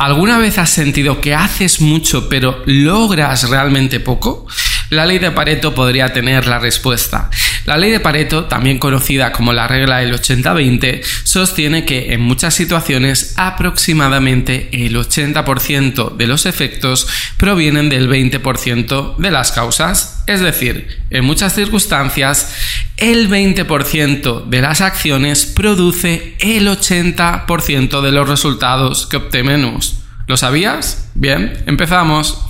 ¿Alguna vez has sentido que haces mucho pero logras realmente poco? La ley de Pareto podría tener la respuesta. La ley de Pareto, también conocida como la regla del 80-20, sostiene que en muchas situaciones aproximadamente el 80% de los efectos provienen del 20% de las causas. Es decir, en muchas circunstancias, el 20% de las acciones produce el 80% de los resultados que obtenemos. ¿Lo sabías? Bien, empezamos.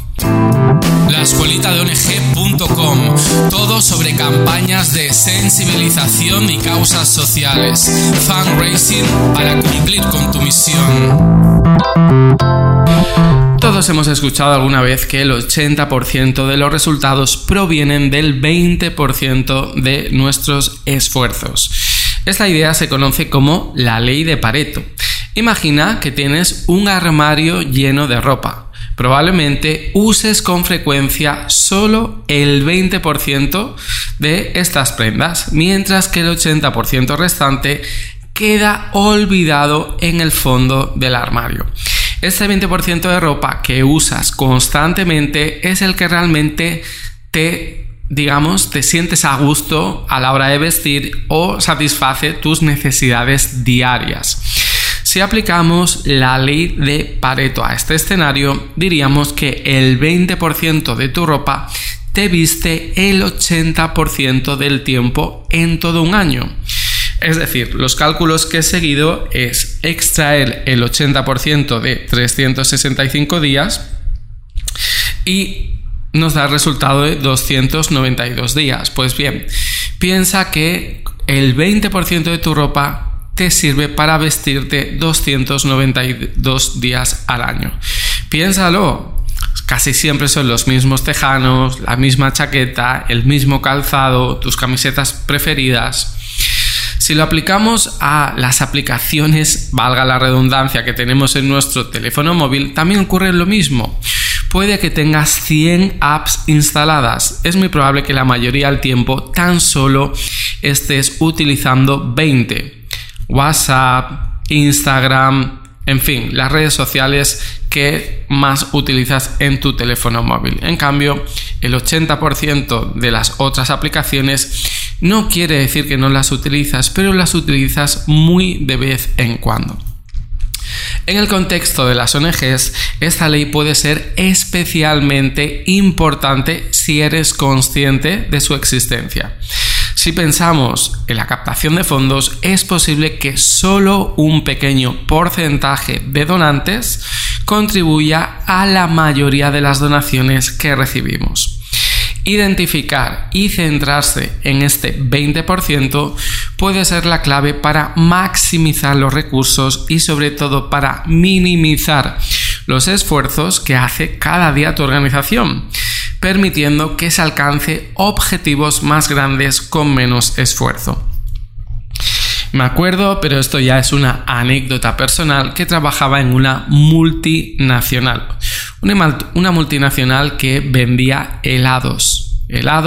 laescuelitadeong.com. Todo sobre campañas de sensibilización y causas sociales. Fundraising para cumplir con tu misión. Todos hemos escuchado alguna vez que el 80% de los resultados provienen del 20% de nuestros esfuerzos. Esta idea se conoce como la ley de Pareto. Imagina que tienes un armario lleno de ropa. Probablemente uses con frecuencia solo el 20% de estas prendas, mientras que el 80% restante queda olvidado en el fondo del armario. Este 20% de ropa que usas constantemente es el que realmente te sientes a gusto a la hora de vestir o satisface tus necesidades diarias. Si aplicamos la ley de Pareto a este escenario, diríamos que el 20% de tu ropa te viste el 80% del tiempo en todo un año. Es decir, los cálculos que he seguido es extraer el 80% de 365 días y nos da el resultado de 292 días. Pues bien, piensa que el 20% de tu ropa te sirve para vestirte 292 días al año. Piénsalo, casi siempre son los mismos tejanos, la misma chaqueta, el mismo calzado, tus camisetas preferidas. Si lo aplicamos a las aplicaciones, valga la redundancia, que tenemos en nuestro teléfono móvil, también ocurre lo mismo. Puede que tengas 100 apps instaladas. Es muy probable que la mayoría del tiempo tan solo estés utilizando 20. WhatsApp, Instagram, en fin, las redes sociales que más utilizas en tu teléfono móvil. En cambio, el 80% de las otras aplicaciones no quiere decir que no las utilizas, pero las utilizas muy de vez en cuando. En el contexto de las ONGs, esta ley puede ser especialmente importante si eres consciente de su existencia. Si pensamos en la captación de fondos, es posible que solo un pequeño porcentaje de donantes contribuya a la mayoría de las donaciones que recibimos. Identificar y centrarse en este 20% puede ser la clave para maximizar los recursos y sobre todo para minimizar los esfuerzos que hace cada día tu organización, permitiendo que se alcance objetivos más grandes con menos esfuerzo. Me acuerdo, pero esto ya es una anécdota personal, que trabajaba en una multinacional. Una multinacional que vendía helados.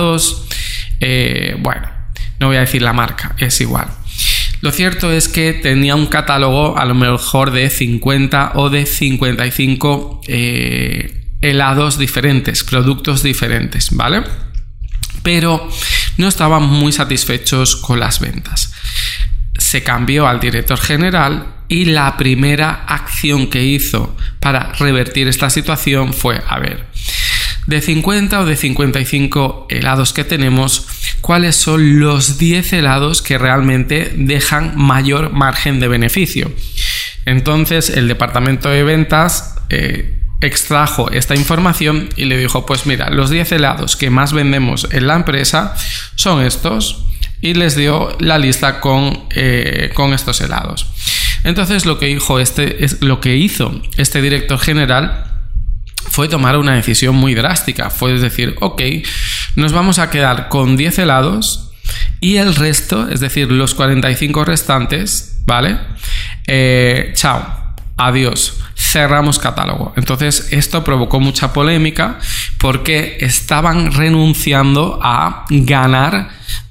Bueno, no voy a decir la marca, es igual. Lo cierto es que tenía un catálogo a lo mejor de 50 o de 55 helados diferentes, productos diferentes, ¿vale? Pero no estaban muy satisfechos con las ventas. Se cambió al director general y la primera acción que hizo para revertir esta situación fue, de 50 o de 55 helados que tenemos, ¿cuáles son los 10 helados que realmente dejan mayor margen de beneficio? Entonces el departamento de ventas extrajo esta información y le dijo, pues mira, los 10 helados que más vendemos en la empresa son estos, y les dio la lista con estos helados. Entonces lo que hizo este director general fue tomar una decisión muy drástica. Fue decir, ok, nos vamos a quedar con 10 helados y el resto, es decir, los 45 restantes, ¿vale? Chao, adiós, cerramos catálogo. Entonces esto provocó mucha polémica porque estaban renunciando a ganar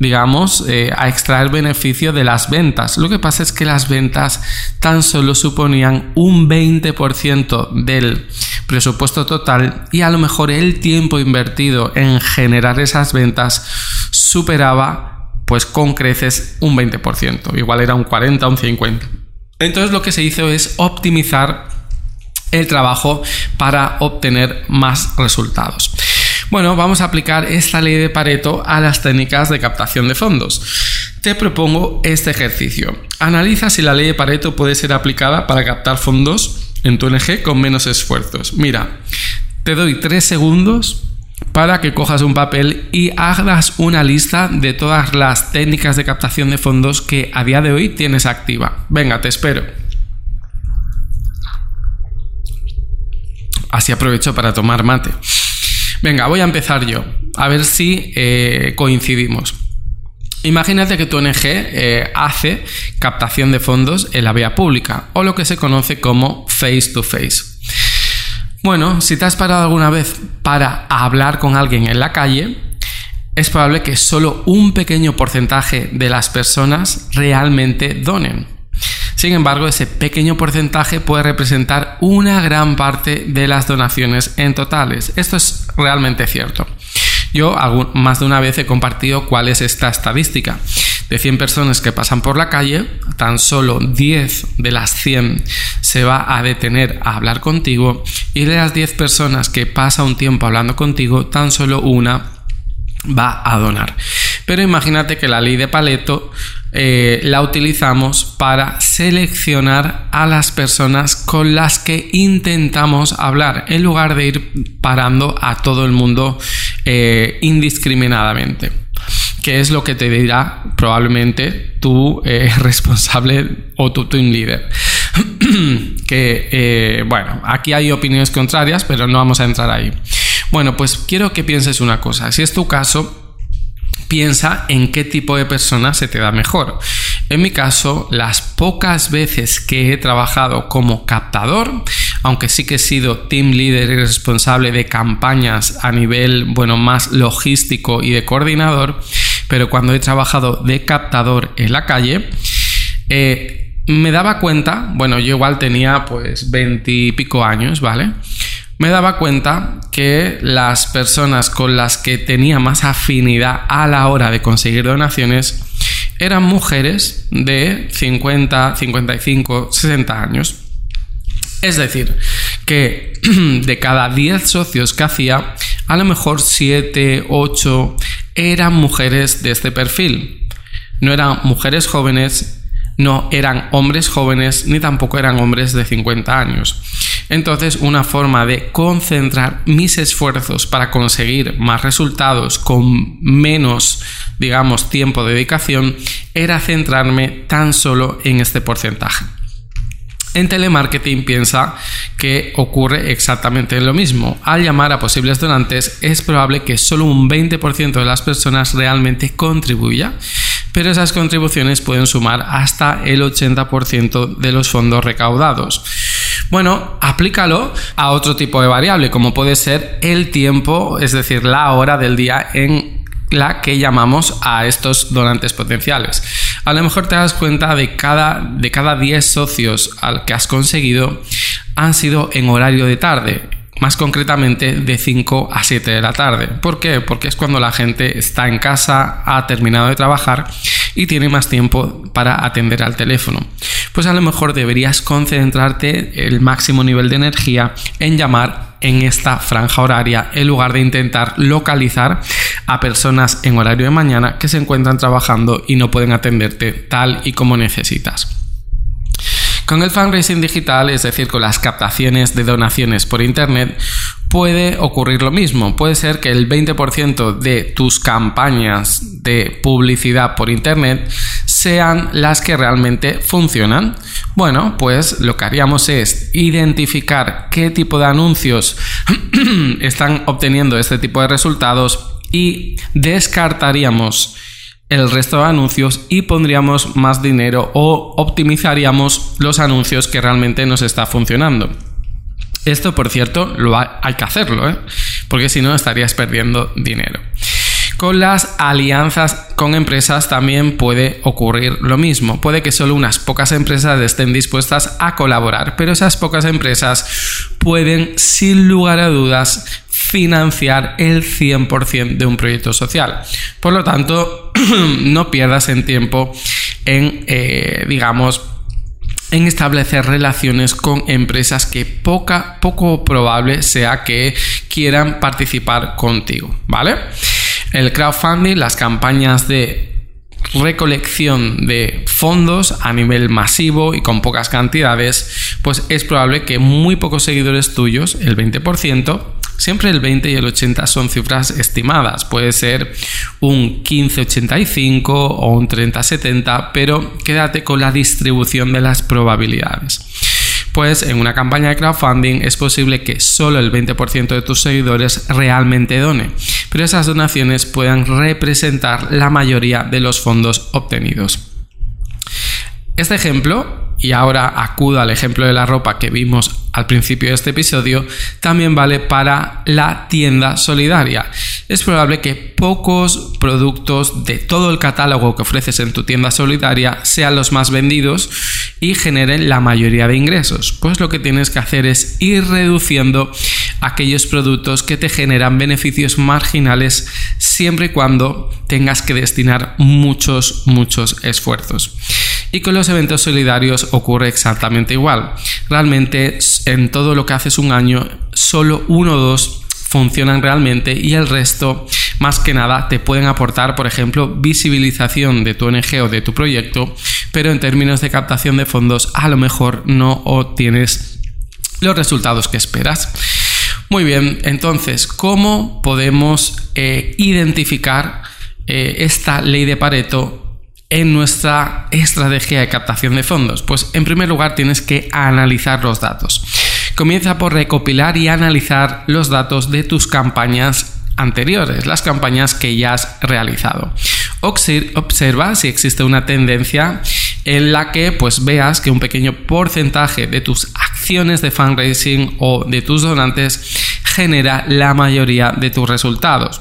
digamos, a extraer beneficio de las ventas. Lo que pasa es que las ventas tan solo suponían un 20% del presupuesto total y a lo mejor el tiempo invertido en generar esas ventas superaba pues con creces un 20%, igual era un 40 o un 50. Entonces lo que se hizo es optimizar el trabajo para obtener más resultados. Bueno, vamos a aplicar esta ley de Pareto a las técnicas de captación de fondos. Te propongo este ejercicio. Analiza si la ley de Pareto puede ser aplicada para captar fondos en tu ONG con menos esfuerzos. Mira, te doy 3 segundos para que cojas un papel y hagas una lista de todas las técnicas de captación de fondos que a día de hoy tienes activa. Venga, te espero. Así aprovecho para tomar mate. Venga, voy a empezar yo, a ver si coincidimos. Imagínate que tu ONG hace captación de fondos en la vía pública, o lo que se conoce como face to face. Bueno, si te has parado alguna vez para hablar con alguien en la calle, es probable que solo un pequeño porcentaje de las personas realmente donen. Sin embargo, ese pequeño porcentaje puede representar una gran parte de las donaciones en totales. Esto es realmente cierto. Yo más de una vez he compartido cuál es esta estadística. De 100 personas que pasan por la calle, tan solo 10 de las 100 se va a detener a hablar contigo, y de las 10 personas que pasa un tiempo hablando contigo, tan solo una va a donar. Pero imagínate que la ley de Pareto la utilizamos para seleccionar a las personas con las que intentamos hablar, en lugar de ir parando a todo el mundo indiscriminadamente. Que es lo que te dirá probablemente tu responsable o tu team leader. Bueno, aquí hay opiniones contrarias, pero no vamos a entrar ahí. Bueno, pues quiero que pienses una cosa. Si es tu caso, piensa en qué tipo de persona se te da mejor. En mi caso, las pocas veces que he trabajado como captador, aunque sí que he sido team leader y responsable de campañas a nivel, más logístico y de coordinador, pero cuando he trabajado de captador en la calle, me daba cuenta, yo igual tenía 20 y pico años, ¿vale? Me daba cuenta que las personas con las que tenía más afinidad a la hora de conseguir donaciones eran mujeres de 50, 55, 60 años. Es decir, que de cada 10 socios que hacía, a lo mejor 7, 8 eran mujeres de este perfil. No eran mujeres jóvenes, no eran hombres jóvenes, ni tampoco eran hombres de 50 años. Entonces, una forma de concentrar mis esfuerzos para conseguir más resultados con menos, tiempo de dedicación, era centrarme tan solo en este porcentaje. En telemarketing piensa que ocurre exactamente lo mismo. Al llamar a posibles donantes, es probable que solo un 20% de las personas realmente contribuya, pero esas contribuciones pueden sumar hasta el 80% de los fondos recaudados. Bueno, aplícalo a otro tipo de variable, como puede ser el tiempo, es decir, la hora del día en la que llamamos a estos donantes potenciales. A lo mejor te das cuenta de cada 10 socios al que has conseguido han sido en horario de tarde, más concretamente de 5 a 7 de la tarde. ¿Por qué? Porque es cuando la gente está en casa, ha terminado de trabajar y tiene más tiempo para atender al teléfono. Pues a lo mejor deberías concentrarte el máximo nivel de energía en llamar en esta franja horaria, en lugar de intentar localizar a personas en horario de mañana que se encuentran trabajando y no pueden atenderte tal y como necesitas. Con el fundraising digital, es decir, con las captaciones de donaciones por internet, puede ocurrir lo mismo. Puede ser que el 20% de tus campañas de publicidad por internet sean las que realmente funcionan. Bueno, pues lo que haríamos es identificar qué tipo de anuncios están obteniendo este tipo de resultados y descartaríamos el resto de anuncios y pondríamos más dinero o optimizaríamos los anuncios que realmente nos está funcionando. Esto, por cierto, hay que hacerlo, porque si no estarías perdiendo dinero. Con las alianzas con empresas también puede ocurrir lo mismo. Puede que solo unas pocas empresas estén dispuestas a colaborar, pero esas pocas empresas pueden, sin lugar a dudas, financiar el 100% de un proyecto social. Por lo tanto, no pierdas en tiempo en establecer relaciones con empresas que poco probable sea que quieran participar contigo, ¿vale? El crowdfunding, las campañas de recolección de fondos a nivel masivo y con pocas cantidades, pues es probable que muy pocos seguidores tuyos, el 20%, siempre el 20 y el 80 son cifras estimadas, puede ser un 15-85 o un 30-70, pero quédate con la distribución de las probabilidades. Pues en una campaña de crowdfunding es posible que solo el 20% de tus seguidores realmente done, pero esas donaciones puedan representar la mayoría de los fondos obtenidos. Este ejemplo, y ahora acudo al ejemplo de la ropa que vimos al principio de este episodio, también vale para la tienda solidaria. Es probable que pocos productos de todo el catálogo que ofreces en tu tienda solidaria sean los más vendidos y generen la mayoría de ingresos. Pues lo que tienes que hacer es ir reduciendo aquellos productos que te generan beneficios marginales siempre y cuando tengas que destinar muchos esfuerzos. Y con los eventos solidarios ocurre exactamente igual. Realmente en todo lo que haces un año, solo 1 o 2 funcionan realmente y el resto, más que nada, te pueden aportar, por ejemplo, visibilización de tu ONG o de tu proyecto, pero en términos de captación de fondos a lo mejor no obtienes los resultados que esperas. Muy bien, entonces, ¿cómo podemos identificar esta ley de Pareto en nuestra estrategia de captación de fondos? Pues en primer lugar tienes que analizar los datos. Comienza por recopilar y analizar los datos de tus campañas anteriores, las campañas que ya has realizado. Observa si existe una tendencia en la que pues veas que un pequeño porcentaje de tus acciones de fundraising o de tus donantes genera la mayoría de tus resultados.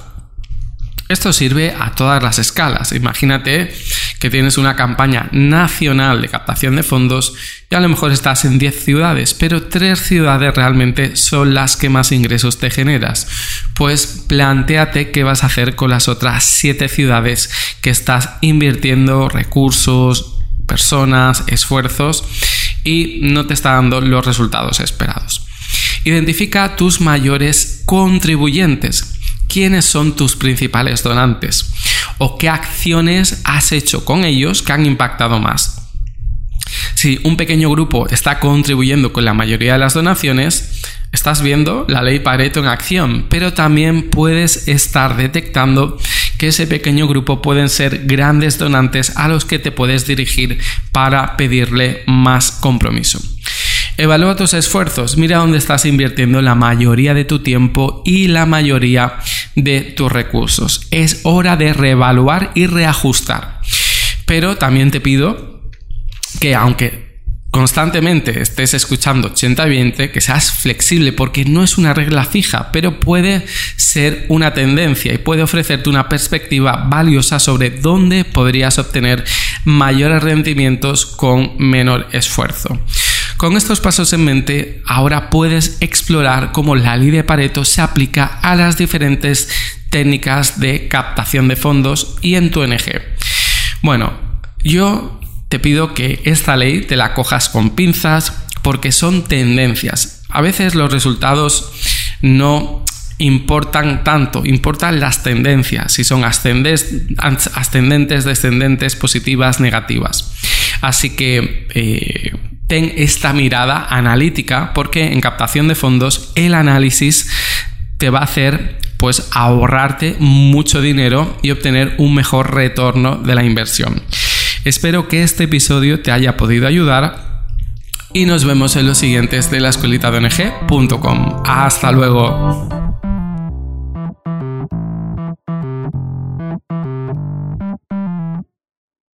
Esto sirve a todas las escalas. Imagínate que tienes una campaña nacional de captación de fondos y a lo mejor estás en 10 ciudades, pero 3 ciudades realmente son las que más ingresos te generas. Pues plantéate qué vas a hacer con las otras 7 ciudades que estás invirtiendo recursos, personas, esfuerzos y no te está dando los resultados esperados. Identifica tus mayores contribuyentes. ¿Quiénes son tus principales donantes? ¿O qué acciones has hecho con ellos que han impactado más? Si un pequeño grupo está contribuyendo con la mayoría de las donaciones, estás viendo la ley Pareto en acción, pero también puedes estar detectando que ese pequeño grupo pueden ser grandes donantes a los que te puedes dirigir para pedirle más compromiso. Evalúa tus esfuerzos, mira dónde estás invirtiendo la mayoría de tu tiempo y la mayoría de tus recursos. Es hora de reevaluar y reajustar. Pero también te pido que, aunque constantemente estés escuchando 80-20, que seas flexible, porque no es una regla fija, pero puede ser una tendencia y puede ofrecerte una perspectiva valiosa sobre dónde podrías obtener mayores rendimientos con menor esfuerzo. Con estos pasos en mente, ahora puedes explorar cómo la ley de Pareto se aplica a las diferentes técnicas de captación de fondos y en tu ONG. Bueno, yo te pido que esta ley te la cojas con pinzas porque son tendencias. A veces los resultados no importan tanto, importan las tendencias, si son ascendentes, descendentes, positivas, negativas. Así que ten esta mirada analítica porque en captación de fondos el análisis te va a hacer pues ahorrarte mucho dinero y obtener un mejor retorno de la inversión. Espero que este episodio te haya podido ayudar y nos vemos en los siguientes de laescuelitadong.com. ¡Hasta luego!